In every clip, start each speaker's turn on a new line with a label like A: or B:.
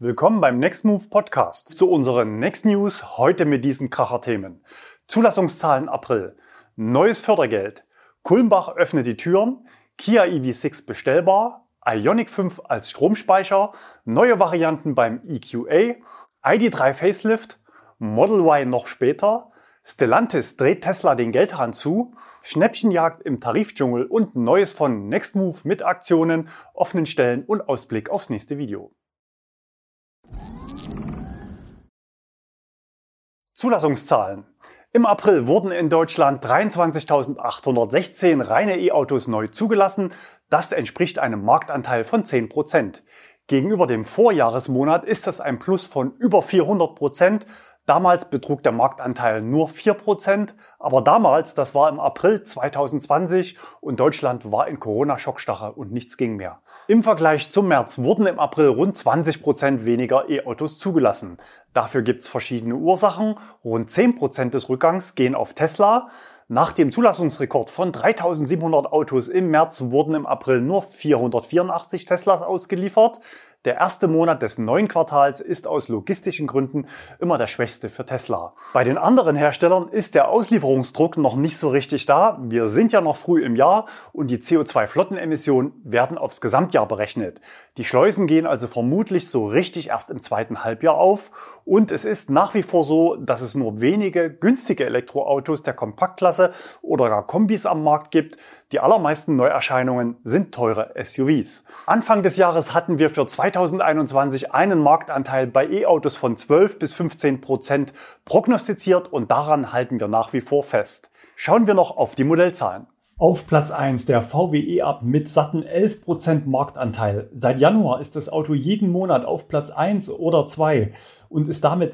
A: Willkommen beim Next Move Podcast zu unseren Next News, heute mit diesen Kracher-Themen. Zulassungszahlen April, neues Fördergeld, Kulmbach öffnet die Türen, Kia EV6 bestellbar, Ioniq 5 als Stromspeicher, neue Varianten beim EQA, ID.3 Facelift, Model Y noch später, Stellantis dreht Tesla den Geldhahn zu, Schnäppchenjagd im Tarifdschungel und Neues von Next Move mit Aktionen, offenen Stellen und Ausblick aufs nächste Video. Zulassungszahlen. Im April wurden in Deutschland 23.816 reine E-Autos neu zugelassen. Das entspricht einem Marktanteil von 10%. Gegenüber dem Vorjahresmonat ist das ein Plus von über 400%. Damals betrug der Marktanteil nur 4%, aber damals, das war im April 2020 und Deutschland war in Corona-Schockstarre und nichts ging mehr. Im Vergleich zum März wurden im April rund 20% weniger E-Autos zugelassen. Dafür gibt's verschiedene Ursachen. Rund 10% des Rückgangs gehen auf Tesla. Nach dem Zulassungsrekord von 3.700 Autos im März wurden im April nur 484 Teslas ausgeliefert. Der erste Monat des neuen Quartals ist aus logistischen Gründen immer der schwächste für Tesla. Bei den anderen Herstellern ist der Auslieferungsdruck noch nicht so richtig da. Wir sind ja noch früh im Jahr und die CO2-Flottenemissionen werden aufs Gesamtjahr berechnet. Die Schleusen gehen also vermutlich so richtig erst im zweiten Halbjahr auf. Und es ist nach wie vor so, dass es nur wenige günstige Elektroautos der Kompaktklasse oder gar Kombis am Markt gibt. Die allermeisten Neuerscheinungen sind teure SUVs. Anfang des Jahres hatten wir für 2021 einen Marktanteil bei E-Autos von 12 bis 15% prognostiziert und daran halten wir nach wie vor fest. Schauen wir noch auf die Modellzahlen.
B: Auf Platz 1 der VW E-Up mit satten 11% Marktanteil. Seit Januar ist das Auto jeden Monat auf Platz 1 oder 2 und ist damit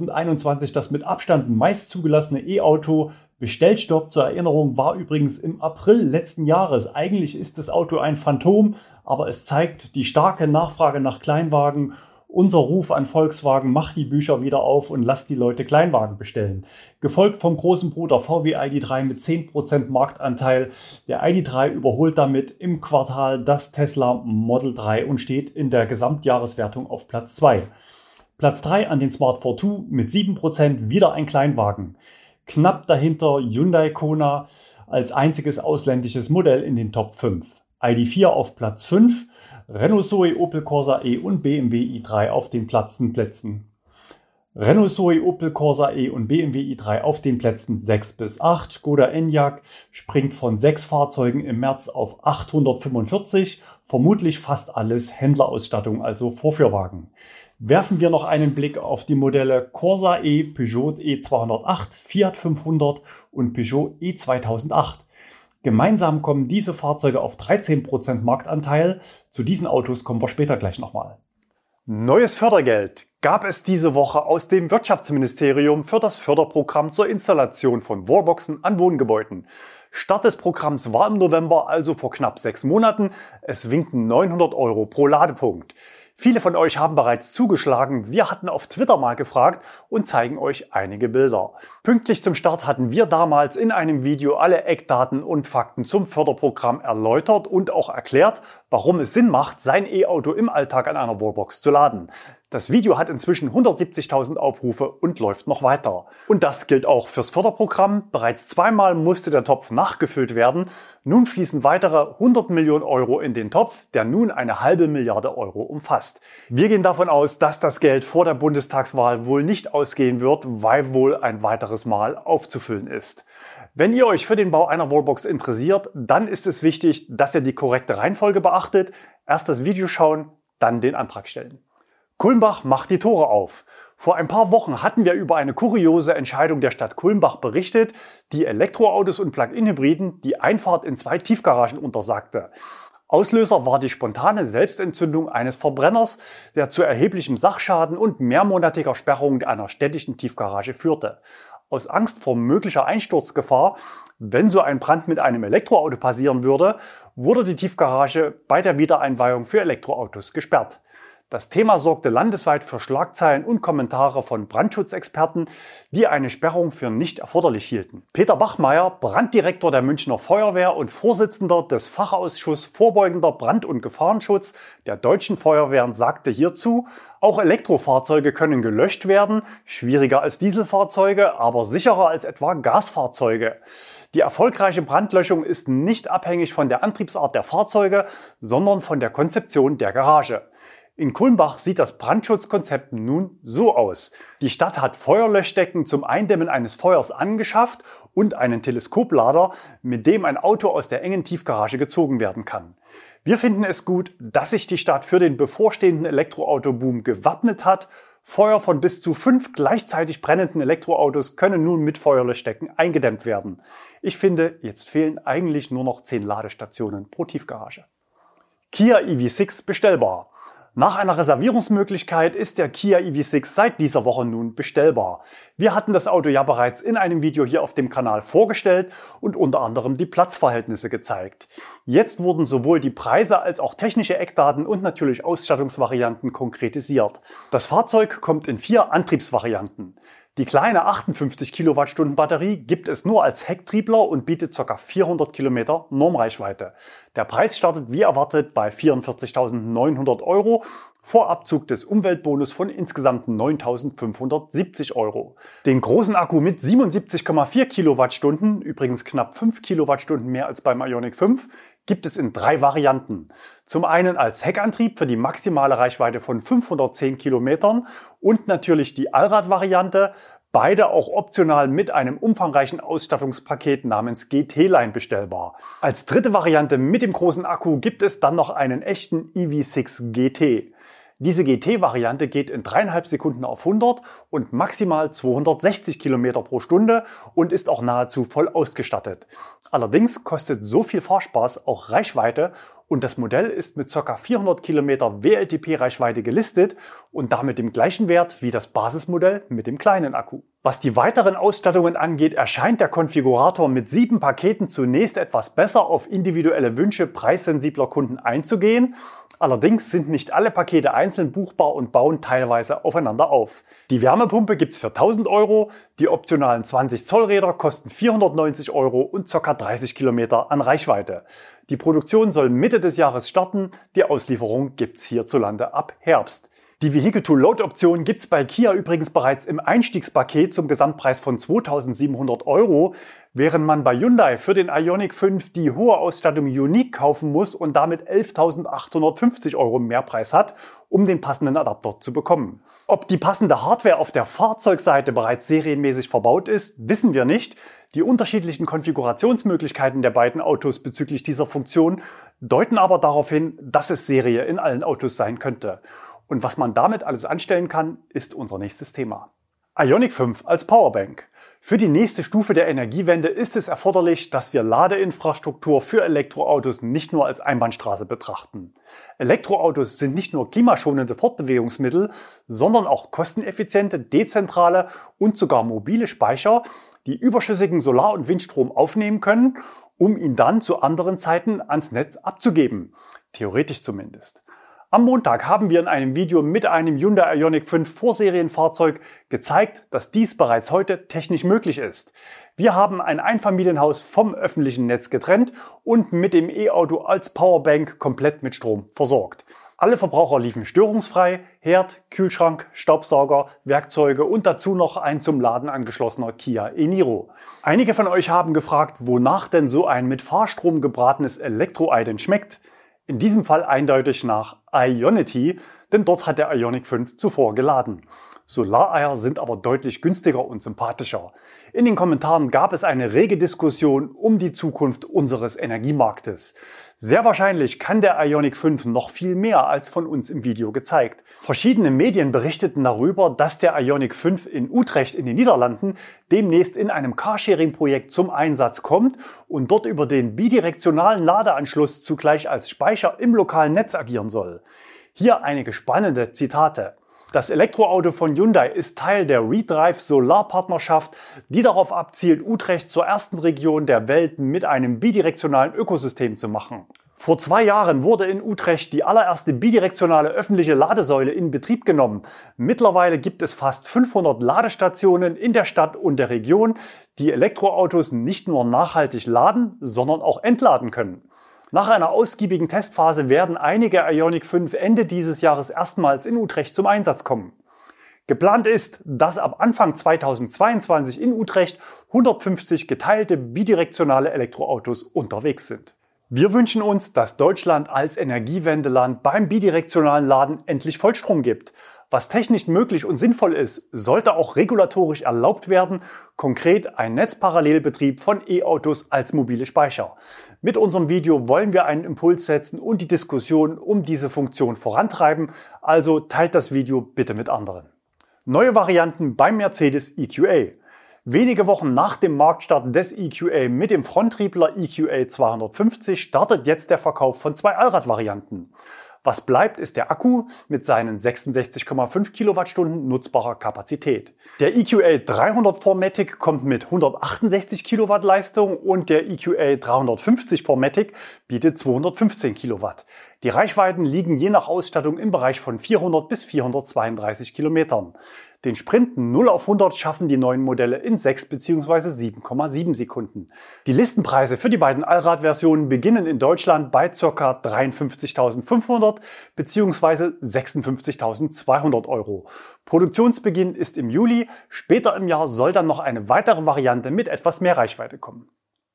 B: 2021 das mit Abstand meist zugelassene E-Auto. Bestellstopp zur Erinnerung war übrigens im April letzten Jahres. Eigentlich ist das Auto ein Phantom, aber es zeigt die starke Nachfrage nach Kleinwagen. Unser Ruf an Volkswagen: macht die Bücher wieder auf und lasst die Leute Kleinwagen bestellen. Gefolgt vom großen Bruder VW ID.3 mit 10% Marktanteil. Der ID.3 überholt damit im Quartal das Tesla Model 3 und steht in der Gesamtjahreswertung auf Platz 2. Platz 3 an den Smart Fortwo mit 7%, wieder ein Kleinwagen. Knapp dahinter Hyundai Kona als einziges ausländisches Modell in den Top 5. ID.4 auf Platz 5, Renault Zoe, Opel Corsa E und BMW i3 auf den Plätzen. Renault Zoe, Opel Corsa E und BMW i3 auf den Plätzen 6 bis 8. Skoda Enyaq springt von 6 Fahrzeugen im März auf 845. Vermutlich fast alles Händlerausstattung, also Vorführwagen. Werfen wir noch einen Blick auf die Modelle Corsa E, Peugeot E208, Fiat 500 und Peugeot E2008. Gemeinsam kommen diese Fahrzeuge auf 13% Marktanteil. Zu diesen Autos kommen wir später gleich nochmal.
A: Neues Fördergeld gab es diese Woche aus dem Wirtschaftsministerium für das Förderprogramm zur Installation von Wallboxen an Wohngebäuden. Start des Programms war im November, also vor knapp 6 Monaten. Es winkten 900 € pro Ladepunkt. Viele von euch haben bereits zugeschlagen. Wir hatten auf Twitter mal gefragt und zeigen euch einige Bilder. Pünktlich zum Start hatten wir damals in einem Video alle Eckdaten und Fakten zum Förderprogramm erläutert und auch erklärt, warum es Sinn macht, sein E-Auto im Alltag an einer Wallbox zu laden. Das Video hat inzwischen 170.000 Aufrufe und läuft noch weiter. Und das gilt auch fürs Förderprogramm. Bereits zweimal musste der Topf nachgefüllt werden. Nun fließen weitere 100 Millionen € in den Topf, der nun eine halbe Milliarde € umfasst. Wir gehen davon aus, dass das Geld vor der Bundestagswahl wohl nicht ausgehen wird, weil wohl ein weiteres Mal aufzufüllen ist. Wenn ihr euch für den Bau einer Wallbox interessiert, dann ist es wichtig, dass ihr die korrekte Reihenfolge beachtet. Erst das Video schauen, dann den Antrag stellen. Kulmbach macht die Tore auf. Vor ein paar Wochen hatten wir über eine kuriose Entscheidung der Stadt Kulmbach berichtet, die Elektroautos und Plug-in-Hybriden die Einfahrt in 2 Tiefgaragen untersagte. Auslöser war die spontane Selbstentzündung eines Verbrenners, der zu erheblichem Sachschaden und mehrmonatiger Sperrung einer städtischen Tiefgarage führte. Aus Angst vor möglicher Einsturzgefahr, wenn so ein Brand mit einem Elektroauto passieren würde, wurde die Tiefgarage bei der Wiedereinweihung für Elektroautos gesperrt. Das Thema sorgte landesweit für Schlagzeilen und Kommentare von Brandschutzexperten, die eine Sperrung für nicht erforderlich hielten. Peter Bachmeier, Branddirektor der Münchner Feuerwehr und Vorsitzender des Fachausschusses Vorbeugender Brand- und Gefahrenschutz der Deutschen Feuerwehren, sagte hierzu: Auch Elektrofahrzeuge können gelöscht werden, schwieriger als Dieselfahrzeuge, aber sicherer als etwa Gasfahrzeuge. Die erfolgreiche Brandlöschung ist nicht abhängig von der Antriebsart der Fahrzeuge, sondern von der Konzeption der Garage. In Kulmbach sieht das Brandschutzkonzept nun so aus. Die Stadt hat Feuerlöschdecken zum Eindämmen eines Feuers angeschafft und einen Teleskoplader, mit dem ein Auto aus der engen Tiefgarage gezogen werden kann. Wir finden es gut, dass sich die Stadt für den bevorstehenden Elektroautoboom gewappnet hat. Feuer von bis zu 5 gleichzeitig brennenden Elektroautos können nun mit Feuerlöschdecken eingedämmt werden. Ich finde, jetzt fehlen eigentlich nur noch 10 Ladestationen pro Tiefgarage. Kia EV6 bestellbar. Nach einer Reservierungsmöglichkeit ist der Kia EV6 seit dieser Woche nun bestellbar. Wir hatten das Auto ja bereits in einem Video hier auf dem Kanal vorgestellt und unter anderem die Platzverhältnisse gezeigt. Jetzt wurden sowohl die Preise als auch technische Eckdaten und natürlich Ausstattungsvarianten konkretisiert. Das Fahrzeug kommt in 4 Antriebsvarianten. Die kleine 58 Kilowattstunden Batterie gibt es nur als Hecktriebler und bietet ca. 400 Kilometer Normreichweite. Der Preis startet wie erwartet bei 44.900 Euro vor Abzug des Umweltbonus von insgesamt 9.570 Euro. Den großen Akku mit 77,4 Kilowattstunden, übrigens knapp 5 Kilowattstunden mehr als beim Ioniq 5, gibt es in 3 Varianten. Zum einen als Heckantrieb für die maximale Reichweite von 510 Kilometern und natürlich die Allrad-Variante, beide auch optional mit einem umfangreichen Ausstattungspaket namens GT-Line bestellbar. Als dritte Variante mit dem großen Akku gibt es dann noch einen echten EV6 GT. Diese GT-Variante geht in 3,5 Sekunden auf 100 und maximal 260 Kilometer pro Stunde und ist auch nahezu voll ausgestattet. Allerdings kostet so viel Fahrspaß auch Reichweite und das Modell ist mit ca. 400 Kilometer WLTP-Reichweite gelistet und damit dem gleichen Wert wie das Basismodell mit dem kleinen Akku. Was die weiteren Ausstattungen angeht, erscheint der Konfigurator mit 7 Paketen zunächst etwas besser auf individuelle Wünsche preissensibler Kunden einzugehen. Allerdings sind nicht alle Pakete einzeln buchbar und bauen teilweise aufeinander auf. Die Wärmepumpe gibt's für 1.000 Euro, die optionalen 20 Zoll Räder kosten 490 Euro und ca. 30 Kilometer an Reichweite. Die Produktion soll Mitte des Jahres starten, die Auslieferung gibt's hierzulande ab Herbst. Die Vehicle-to-Load-Option gibt's bei Kia übrigens bereits im Einstiegspaket zum Gesamtpreis von 2.700 Euro, während man bei Hyundai für den Ioniq 5 die hohe Ausstattung Unique kaufen muss und damit 11.850 Euro Mehrpreis hat, um den passenden Adapter zu bekommen. Ob die passende Hardware auf der Fahrzeugseite bereits serienmäßig verbaut ist, wissen wir nicht. Die unterschiedlichen Konfigurationsmöglichkeiten der beiden Autos bezüglich dieser Funktion deuten aber darauf hin, dass es Serie in allen Autos sein könnte. Und was man damit alles anstellen kann, ist unser nächstes Thema. Ioniq 5 als Powerbank. Für die nächste Stufe der Energiewende ist es erforderlich, dass wir Ladeinfrastruktur für Elektroautos nicht nur als Einbahnstraße betrachten. Elektroautos sind nicht nur klimaschonende Fortbewegungsmittel, sondern auch kosteneffiziente, dezentrale und sogar mobile Speicher, die überschüssigen Solar- und Windstrom aufnehmen können, um ihn dann zu anderen Zeiten ans Netz abzugeben. Theoretisch zumindest. Am Montag haben wir in einem Video mit einem Hyundai Ioniq 5 Vorserienfahrzeug gezeigt, dass dies bereits heute technisch möglich ist. Wir haben ein Einfamilienhaus vom öffentlichen Netz getrennt und mit dem E-Auto als Powerbank komplett mit Strom versorgt. Alle Verbraucher liefen störungsfrei, Herd, Kühlschrank, Staubsauger, Werkzeuge und dazu noch ein zum Laden angeschlossener Kia e-Niro. Einige von euch haben gefragt, wonach denn so ein mit Fahrstrom gebratenes Elektro-Ei denn schmeckt. In diesem Fall eindeutig nach Ionity, denn dort hat der Ioniq 5 zuvor geladen. Solareier sind aber deutlich günstiger und sympathischer. In den Kommentaren gab es eine rege Diskussion um die Zukunft unseres Energiemarktes. Sehr wahrscheinlich kann der Ioniq 5 noch viel mehr als von uns im Video gezeigt. Verschiedene Medien berichteten darüber, dass der Ioniq 5 in Utrecht in den Niederlanden demnächst in einem Carsharing-Projekt zum Einsatz kommt und dort über den bidirektionalen Ladeanschluss zugleich als Speicher im lokalen Netz agieren soll. Hier einige spannende Zitate. Das Elektroauto von Hyundai ist Teil der Redrive Solarpartnerschaft, die darauf abzielt, Utrecht zur ersten Region der Welt mit einem bidirektionalen Ökosystem zu machen. Vor 2 Jahren wurde in Utrecht die allererste bidirektionale öffentliche Ladesäule in Betrieb genommen. Mittlerweile gibt es fast 500 Ladestationen in der Stadt und der Region, die Elektroautos nicht nur nachhaltig laden, sondern auch entladen können. Nach einer ausgiebigen Testphase werden einige Ioniq 5 Ende dieses Jahres erstmals in Utrecht zum Einsatz kommen. Geplant ist, dass ab Anfang 2022 in Utrecht 150 geteilte bidirektionale Elektroautos unterwegs sind. Wir wünschen uns, dass Deutschland als Energiewendeland beim bidirektionalen Laden endlich Vollstrom gibt. Was technisch möglich und sinnvoll ist, sollte auch regulatorisch erlaubt werden, konkret ein Netzparallelbetrieb von E-Autos als mobile Speicher. Mit unserem Video wollen wir einen Impuls setzen und die Diskussion um diese Funktion vorantreiben, also teilt das Video bitte mit anderen. Neue Varianten beim Mercedes EQA. Wenige Wochen nach dem Marktstart des EQA mit dem Fronttriebler EQA 250 startet jetzt der Verkauf von 2 Allradvarianten. Was bleibt, ist der Akku mit seinen 66,5 Kilowattstunden nutzbarer Kapazität. Der EQA 300 4MATIC kommt mit 168 Kilowatt Leistung und der EQA 350 4MATIC bietet 215 Kilowatt. Die Reichweiten liegen je nach Ausstattung im Bereich von 400 bis 432 Kilometern. Den Sprint 0 auf 100 schaffen die neuen Modelle in 6 bzw. 7,7 Sekunden. Die Listenpreise für die beiden Allradversionen beginnen in Deutschland bei ca. 53.500 bzw. 56.200 Euro. Produktionsbeginn ist im Juli, später im Jahr soll dann noch eine weitere Variante mit etwas mehr Reichweite kommen.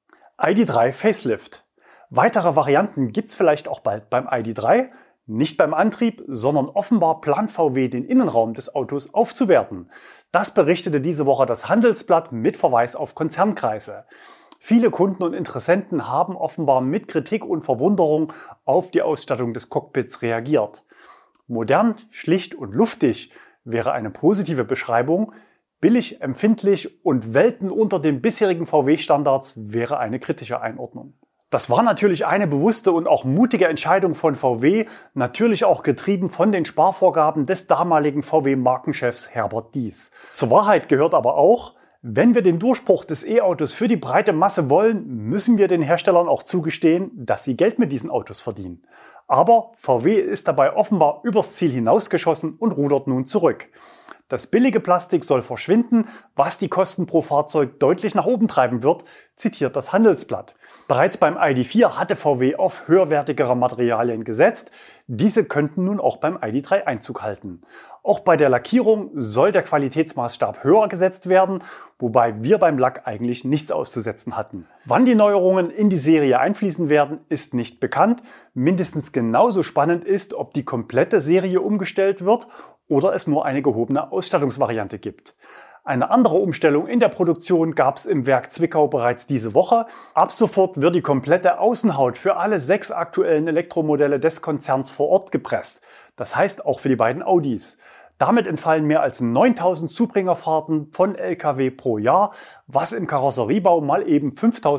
A: ID.3 Facelift. Weitere Varianten gibt's vielleicht auch bald beim ID.3. Nicht beim Antrieb, sondern offenbar plant VW den Innenraum des Autos aufzuwerten. Das berichtete diese Woche das Handelsblatt mit Verweis auf Konzernkreise. Viele Kunden und Interessenten haben offenbar mit Kritik und Verwunderung auf die Ausstattung des Cockpits reagiert. Modern, schlicht und luftig wäre eine positive Beschreibung. Billig, empfindlich und Welten unter den bisherigen VW-Standards wäre eine kritische Einordnung. Das war natürlich eine bewusste und auch mutige Entscheidung von VW, natürlich auch getrieben von den Sparvorgaben des damaligen VW-Markenchefs Herbert Diess. Zur Wahrheit gehört aber auch, wenn wir den Durchbruch des E-Autos für die breite Masse wollen, müssen wir den Herstellern auch zugestehen, dass sie Geld mit diesen Autos verdienen. Aber VW ist dabei offenbar übers Ziel hinausgeschossen und rudert nun zurück. Das billige Plastik soll verschwinden, was die Kosten pro Fahrzeug deutlich nach oben treiben wird, zitiert das Handelsblatt. Bereits beim ID.4 hatte VW auf höherwertigere Materialien gesetzt. Diese könnten nun auch beim ID.3 Einzug halten. Auch bei der Lackierung soll der Qualitätsmaßstab höher gesetzt werden, wobei wir beim Lack eigentlich nichts auszusetzen hatten. Wann die Neuerungen in die Serie einfließen werden, ist nicht bekannt. Mindestens genauso spannend ist, ob die komplette Serie umgestellt wird oder es nur eine gehobene Ausstattungsvariante gibt. Eine andere Umstellung in der Produktion gab es im Werk Zwickau bereits diese Woche. Ab sofort wird die komplette Außenhaut für alle 6 aktuellen Elektromodelle des Konzerns vor Ort gepresst. Das heißt auch für die beiden Audis. Damit entfallen mehr als 9000 Zubringerfahrten von Lkw pro Jahr, was im Karosseriebau mal eben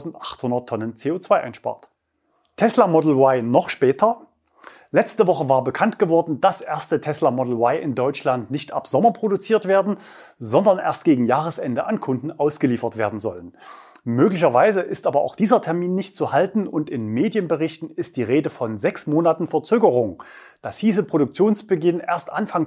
A: 5800 Tonnen CO2 einspart. Tesla Model Y noch später. Letzte Woche war bekannt geworden, dass erste Tesla Model Y in Deutschland nicht ab Sommer produziert werden, sondern erst gegen Jahresende an Kunden ausgeliefert werden sollen. Möglicherweise ist aber auch dieser Termin nicht zu halten und in Medienberichten ist die Rede von 6 Monaten Verzögerung. Das hieße Produktionsbeginn erst Anfang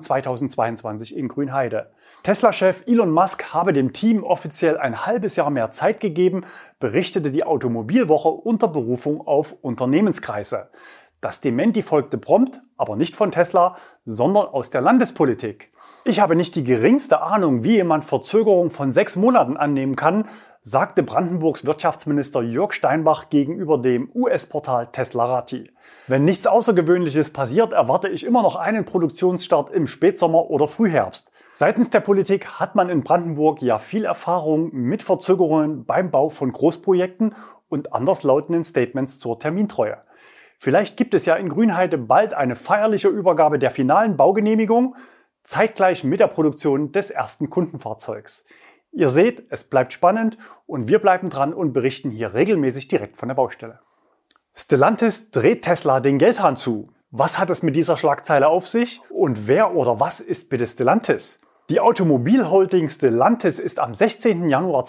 A: 2022 in Grünheide. Tesla-Chef Elon Musk habe dem Team offiziell ein halbes Jahr mehr Zeit gegeben, berichtete die Automobilwoche unter Berufung auf Unternehmenskreise. Das Dementi folgte prompt, aber nicht von Tesla, sondern aus der Landespolitik. Ich habe nicht die geringste Ahnung, wie jemand Verzögerung von 6 Monaten annehmen kann, sagte Brandenburgs Wirtschaftsminister Jörg Steinbach gegenüber dem US-Portal Teslarati. Wenn nichts Außergewöhnliches passiert, erwarte ich immer noch einen Produktionsstart im Spätsommer oder Frühherbst. Seitens der Politik hat man in Brandenburg ja viel Erfahrung mit Verzögerungen beim Bau von Großprojekten und anderslautenden Statements zur Termintreue. Vielleicht gibt es ja in Grünheide bald eine feierliche Übergabe der finalen Baugenehmigung, zeitgleich mit der Produktion des ersten Kundenfahrzeugs. Ihr seht, es bleibt spannend und wir bleiben dran und berichten hier regelmäßig direkt von der Baustelle. Stellantis dreht Tesla den Geldhahn zu. Was hat es mit dieser Schlagzeile auf sich und wer oder was ist bitte Stellantis? Die Automobilholding Stellantis ist am 16. Januar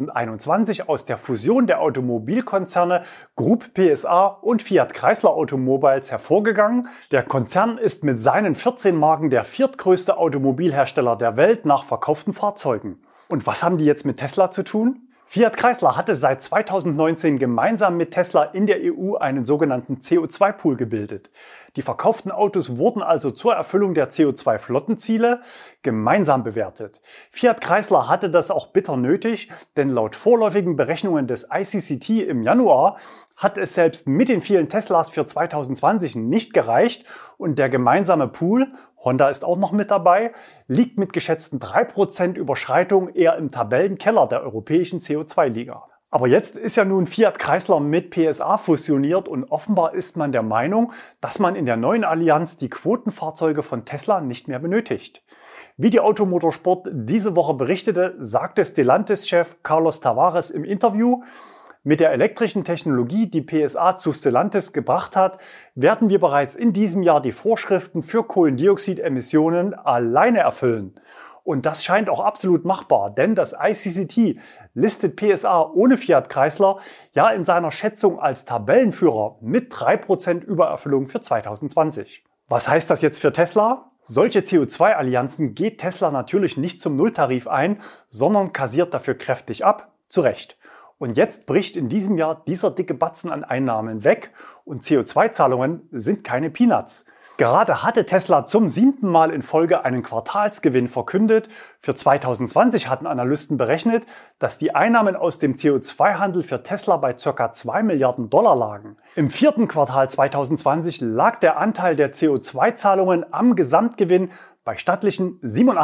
A: 2021 aus der Fusion der Automobilkonzerne Group PSA und Fiat Chrysler Automobiles hervorgegangen. Der Konzern ist mit seinen 14 Marken der viertgrößte Automobilhersteller der Welt nach verkauften Fahrzeugen. Und was haben die jetzt mit Tesla zu tun? Fiat Chrysler hatte seit 2019 gemeinsam mit Tesla in der EU einen sogenannten CO2-Pool gebildet. Die verkauften Autos wurden also zur Erfüllung der CO2-Flottenziele gemeinsam bewertet. Fiat Chrysler hatte das auch bitter nötig, denn laut vorläufigen Berechnungen des ICCT im Januar hat es selbst mit den vielen Teslas für 2020 nicht gereicht und der gemeinsame Pool, Honda ist auch noch mit dabei, liegt mit geschätzten 3% Überschreitung eher im Tabellenkeller der europäischen CO2-Liga. Aber jetzt ist ja nun Fiat Chrysler mit PSA fusioniert und offenbar ist man der Meinung, dass man in der neuen Allianz die Quotenfahrzeuge von Tesla nicht mehr benötigt. Wie die Automotorsport diese Woche berichtete, sagte Stellantis-Chef Carlos Tavares im Interview: Mit der elektrischen Technologie, die PSA zu Stellantis gebracht hat, werden wir bereits in diesem Jahr die Vorschriften für Kohlendioxidemissionen alleine erfüllen. Und das scheint auch absolut machbar, denn das ICCT listet PSA ohne Fiat Chrysler ja in seiner Schätzung als Tabellenführer mit 3% Übererfüllung für 2020. Was heißt das jetzt für Tesla? Solche CO2-Allianzen geht Tesla natürlich nicht zum Nulltarif ein, sondern kassiert dafür kräftig ab, zu Recht. Und jetzt bricht in diesem Jahr dieser dicke Batzen an Einnahmen weg und CO2-Zahlungen sind keine Peanuts. Gerade hatte Tesla zum 7. Mal in Folge einen Quartalsgewinn verkündet. Für 2020 hatten Analysten berechnet, dass die Einnahmen aus dem CO2-Handel für Tesla bei ca. 2 Milliarden Dollar lagen. Im 4. Quartal 2020 lag der Anteil der CO2-Zahlungen am Gesamtgewinn bei stattlichen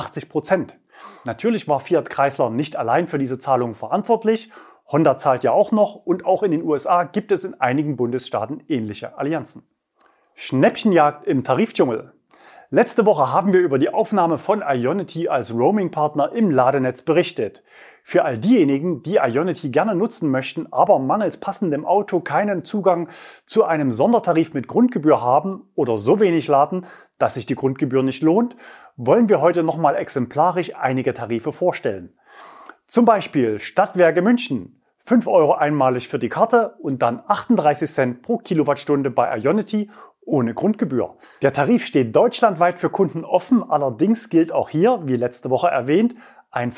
A: 87%. Natürlich war Fiat Chrysler nicht allein für diese Zahlungen verantwortlich. Honda zahlt ja auch noch und auch in den USA gibt es in einigen Bundesstaaten ähnliche Allianzen. Schnäppchenjagd im Tarifdschungel. Letzte Woche haben wir über die Aufnahme von Ionity als Roaming-Partner im Ladenetz berichtet. Für all diejenigen, die Ionity gerne nutzen möchten, aber mangels passendem Auto keinen Zugang zu einem Sondertarif mit Grundgebühr haben oder so wenig laden, dass sich die Grundgebühr nicht lohnt, wollen wir heute nochmal exemplarisch einige Tarife vorstellen. Zum Beispiel Stadtwerke München. 5 € einmalig für die Karte und dann 38 Cent pro Kilowattstunde bei Ionity ohne Grundgebühr. Der Tarif steht deutschlandweit für Kunden offen, allerdings gilt auch hier, wie letzte Woche erwähnt, ein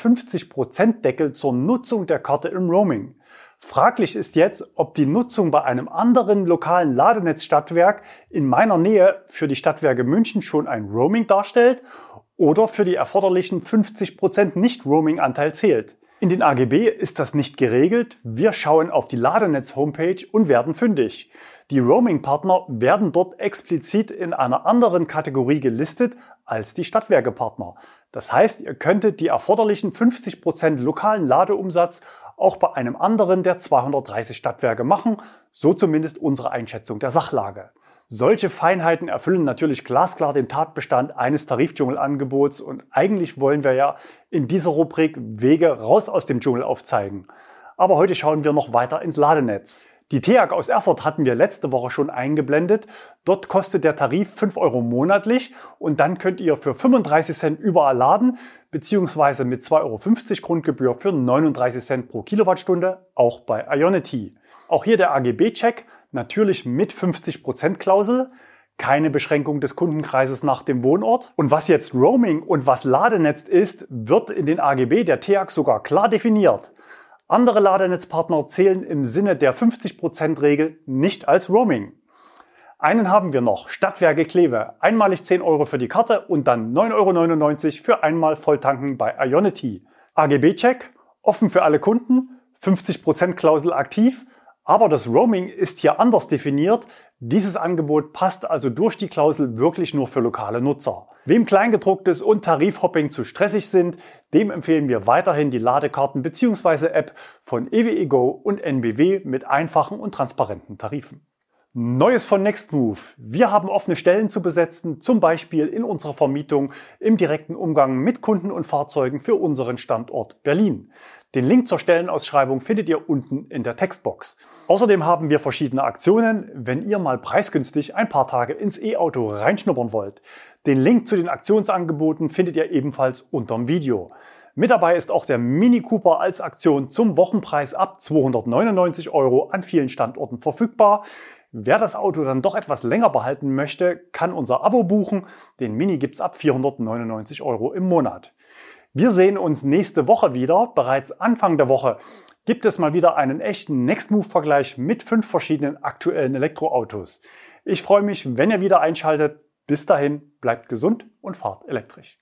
A: 50% Deckel zur Nutzung der Karte im Roaming. Fraglich ist jetzt, ob die Nutzung bei einem anderen lokalen Ladenetzstadtwerk in meiner Nähe für die Stadtwerke München schon ein Roaming darstellt oder für die erforderlichen 50% Nicht-Roaming-Anteil zählt. In den AGB ist das nicht geregelt. Wir schauen auf die Ladenetz-Homepage und werden fündig. Die Roaming-Partner werden dort explizit in einer anderen Kategorie gelistet als die Stadtwerke-Partner. Das heißt, ihr könntet die erforderlichen 50% lokalen Ladeumsatz auch bei einem anderen der 230 Stadtwerke machen, so zumindest unsere Einschätzung der Sachlage. Solche Feinheiten erfüllen natürlich glasklar den Tatbestand eines Tarifdschungelangebots und eigentlich wollen wir ja in dieser Rubrik Wege raus aus dem Dschungel aufzeigen. Aber heute schauen wir noch weiter ins Ladenetz. Die TEAG aus Erfurt hatten wir letzte Woche schon eingeblendet. Dort kostet der Tarif 5 € monatlich und dann könnt ihr für 35 Cent überall laden, beziehungsweise mit 2,50 € Grundgebühr für 39 Cent pro Kilowattstunde, auch bei Ionity. Auch hier der AGB-Check, natürlich mit 50% Klausel, keine Beschränkung des Kundenkreises nach dem Wohnort. Und was jetzt Roaming und was Ladenetz ist, wird in den AGB der TEAG sogar klar definiert. Andere Ladenetzpartner zählen im Sinne der 50%-Regel nicht als Roaming. Einen haben wir noch, Stadtwerke Kleve, einmalig 10 € für die Karte und dann 9,99 € für einmal Volltanken bei Ionity. AGB-Check, offen für alle Kunden, 50% Klausel aktiv, aber das Roaming ist hier anders definiert. Dieses Angebot passt also durch die Klausel wirklich nur für lokale Nutzer. Wem Kleingedrucktes und Tarifhopping zu stressig sind, dem empfehlen wir weiterhin die Ladekarten bzw. App von EWE Go und NBW mit einfachen und transparenten Tarifen. Neues von Nextmove. Wir haben offene Stellen zu besetzen, zum Beispiel in unserer Vermietung im direkten Umgang mit Kunden und Fahrzeugen für unseren Standort Berlin. Den Link zur Stellenausschreibung findet ihr unten in der Textbox. Außerdem haben wir verschiedene Aktionen, wenn ihr mal preisgünstig ein paar Tage ins E-Auto reinschnuppern wollt. Den Link zu den Aktionsangeboten findet ihr ebenfalls unterm Video. Mit dabei ist auch der Mini Cooper als Aktion zum Wochenpreis ab 299 € an vielen Standorten verfügbar. Wer das Auto dann doch etwas länger behalten möchte, kann unser Abo buchen. Den Mini gibt's ab 499 € im Monat. Wir sehen uns nächste Woche wieder. Bereits Anfang der Woche gibt es mal wieder einen echten Nextmove-Vergleich mit 5 verschiedenen aktuellen Elektroautos. Ich freue mich, wenn ihr wieder einschaltet. Bis dahin, bleibt gesund und fahrt elektrisch.